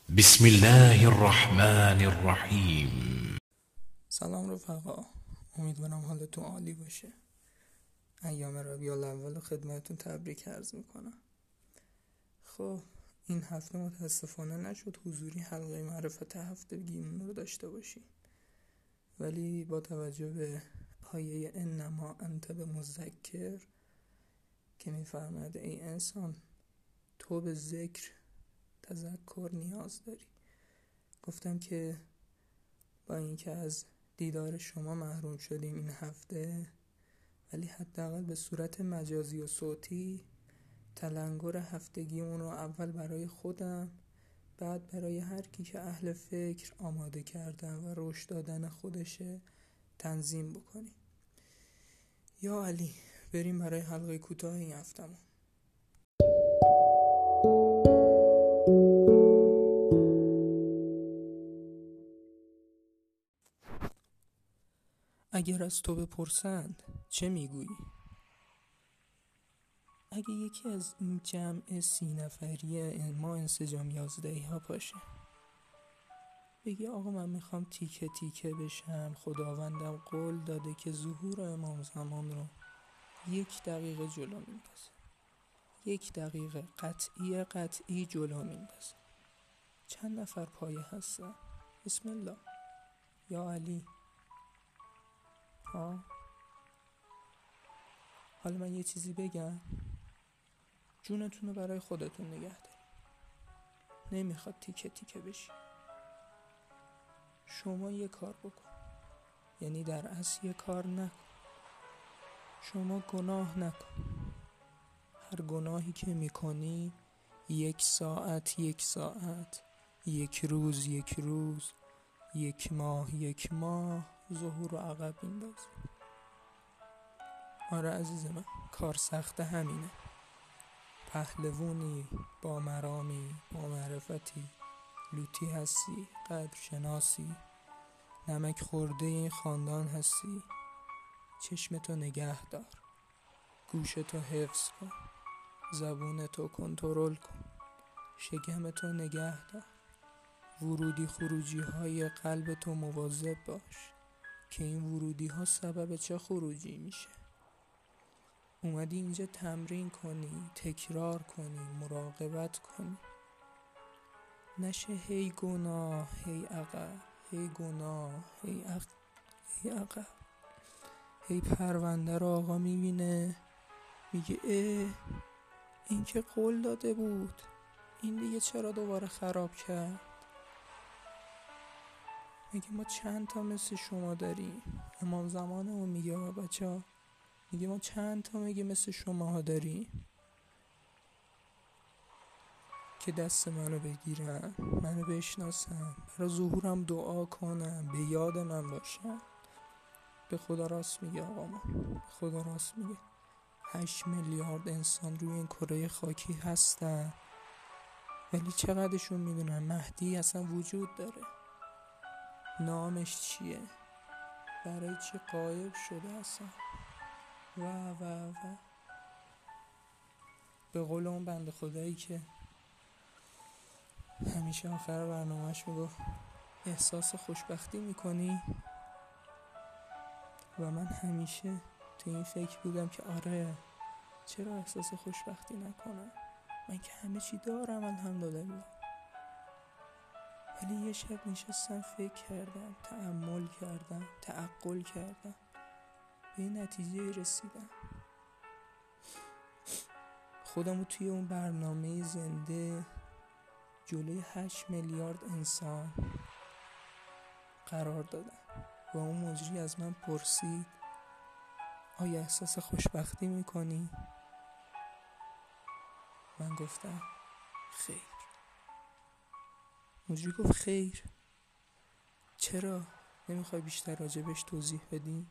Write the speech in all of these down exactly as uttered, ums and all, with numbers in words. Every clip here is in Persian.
بسم الله الرحمن الرحیم. سلام رفقا، امیدوارم حالتون عالی باشه. ایام ربیع الاول خدمتتون تبریک عرض میکنم. خب این هفته متاسفانه نشد حضوری حلقه معرفت هفتگیمون رو داشته باشیم، ولی با توجه به آیه انما انت بمذکر که میفرماید ای انسان تو به ذکر تذکر نیاز داری، گفتم که با اینکه از دیدار شما محروم شدیم این هفته، ولی حداقل به صورت مجازی و صوتی تلنگر هفتگیمون رو اول برای خودم، بعد برای هر کی که اهل فکر آماده کردن و رشد دادن خودشه تنظیم بکنیم. یا علی، بریم برای حلقه کوتاه این هفتمون. اگر از تو بپرسند چه میگویی؟ اگه یکی از این جمع سی نفری ما انسجام یازدهی ها باشه بگی آقا من میخوام تیکه تیکه بشم، خداوندم قول داده که ظهور امام زمان رو یک دقیقه جلو میندازه، یک دقیقه قطعی قطعی جلو میندازه، چند نفر پایه هستن؟ بسم الله. یا علی. ها حالا من یه چیزی بگم، جونتون رو برای خودتون نگه دارید. نمیخواد تیکه تیکه بشی. شما یه کار بکن، یعنی در اصل یه کار نکن. شما گناه نکن. هر گناهی که میکنی یک ساعت یک ساعت، یک روز یک روز، یک ماه یک ماه ظهور و عقب مینداز. آره عزیز من، کار سخته همینه. پهلوونی، با مرامی، با معرفتی، لوتی هستی، قدر شناسی، نمک خورده این خاندان هستی. چشمتو نگه دار، گوشتو حفظ کن، زبونتو کنترل کن، شکمتو نگه دار، ورودی خروجی های قلبتو مواظب باش که این ورودی ها سبب چه خروجی میشه. اومدی اینجا تمرین کنی، تکرار کنی، مراقبت کنی، نشه هی گناه هی عقب، هی گناه هی عقب، هی عقب. هی پرونده رو آقا میبینه میگه اه این که قول داده بود، این دیگه چرا دوباره خراب کرد؟ میگه ما چند تا مثل شما داریم. امام زمانمون میگه بچه ها، میگه ما چند تا میگه مثل شما ها داریم که دست منو بگیرن، منو بشناسن، برای ظهورم دعا کنن، به یاد من باشن. به خدا راست میگه آقا، ما به خدا راست میگه. هشت میلیارد انسان روی این کره خاکی هستن، ولی چقدرشون میدونن مهدی اصلا وجود داره؟ نامش چیه؟ برای چی غایب شده اصلا؟ و و و به قول اون بنده خدایی که همیشه آخر برنامهش میگفت احساس خوشبختی میکنی؟ و من همیشه تو این فکر بودم که آره، چرا احساس خوشبختی نکنم؟ من که همه چی دارم الحمدلله. ولی یه شب نشستم فکر کردم، تأمل کردم، تعقل کردم، به این نتیجه رسیدم خودمو توی اون برنامه زنده جلوی هشت میلیارد انسان قرار دادم و اون مجری از من پرسید آیا احساس خوشبختی میکنی؟ من گفتم خیر. مجری گفت خیر. چرا؟ نمیخوای بیشتر راجبش توضیح بدی؟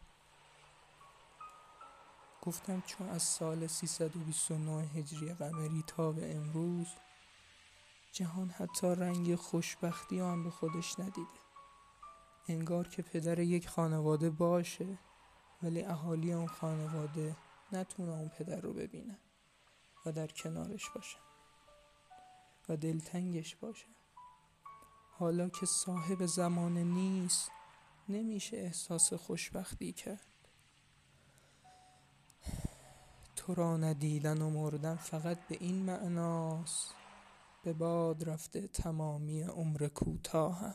گفتم چون از سال سیصد و بیست و نه هجری قمری تا به امروز جهان حتی رنگ خوشبختی آن به خودش ندیده. انگار که پدر یک خانواده باشه ولی اهالی اون خانواده نتونه اون پدر رو ببینن و در کنارش باشن و دلتنگش باشن. حالا که صاحب زمانه نیست نمیشه احساس خوشبختی کرد. تو را ندیدن و مردن فقط به این معناست به باد رفته تمامی عمر کوتاهم.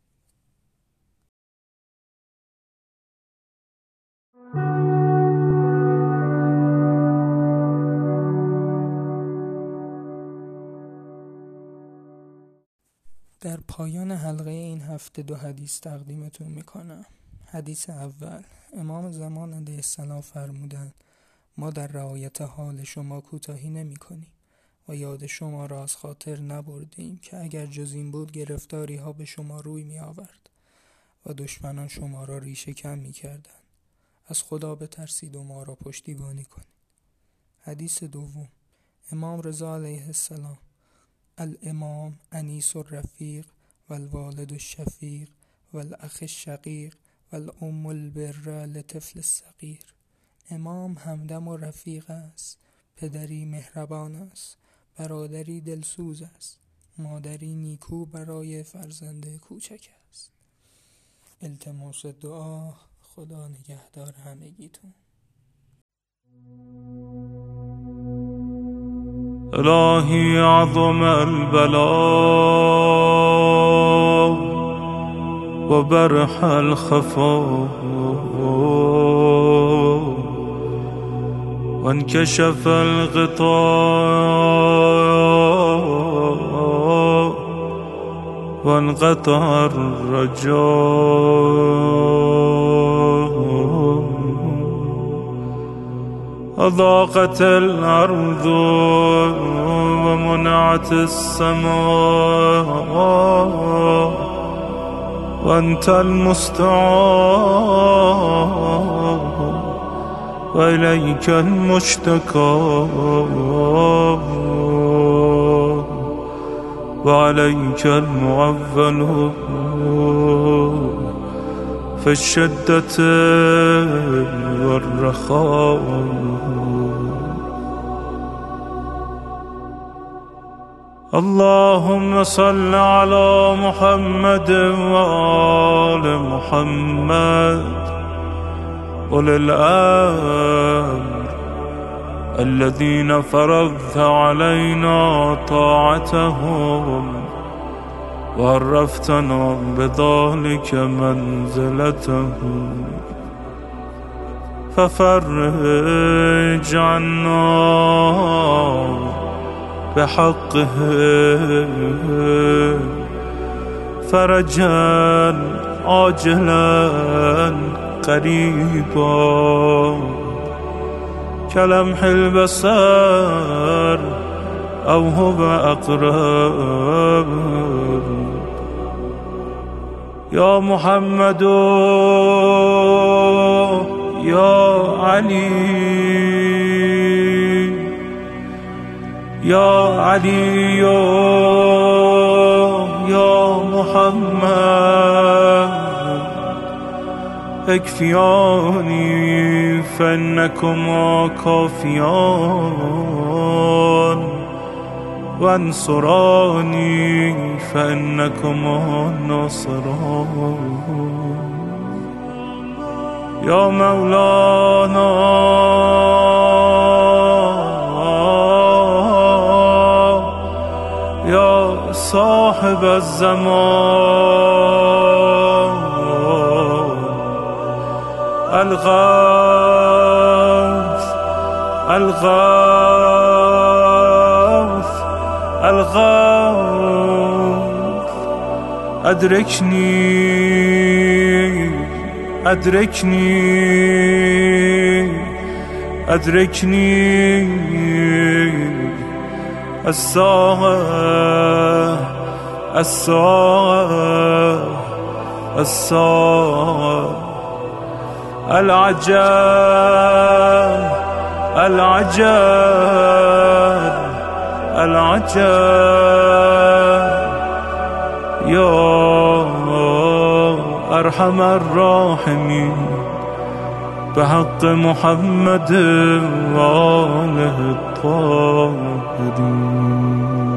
در پایان حلقه این هفته دو حدیث تقدیمتون میکنم. حدیث اول، امام زمان علیه السلام فرمودند ما در رعایت حال شما کوتاهی نمی کنیم و یاد شما را از خاطر نبردیم که اگر جز این بود گرفتاری ها به شما روی می آورد و دشمنان شما را ریشه کم می کردن. از خدا بترسید و ما را پشتیبانی کنید. حدیث دوم، امام رضا علیه السلام الامام انیس الرفیق والوالد الشفیق والاخ الشقیق والام البر لطفل الصغیر. امام همدم و رفیق است، پدری مهربان است، برادری دلسوز است، مادری نیکو برای فرزند کوچک است. التماس دعا، خدا نگهدار همگیتون. الهی عظم البلاء و برح الخفا و انکشف الغطاء و انقطع الرجاء وضاقت الأرض ومنعت السماء وأنت المستعان وإليك المشتكى وعليك المعول في الشدة والرخاء. اللهم صل على محمد وآل محمد أولي الأمر الذين فرضت علينا طاعتهم وعرفتنا بذلك منزلتهم ففرج عنا بحقه فرجا عاجلا قريبا كلمح البصر أو هو أقرب. يا محمد يا علي يا علي يا محمد اكفياني فإنكما كافيان وانصراني فإنكما ناصران. يا مولانا يا صاحب الزمان الغوث الغوث الغوث أدركني أدركني أدركني الساعة الساعة الساعة العجب العجب العجب. يا أرحم الراحمين بحق محمد وآله الطاهرين.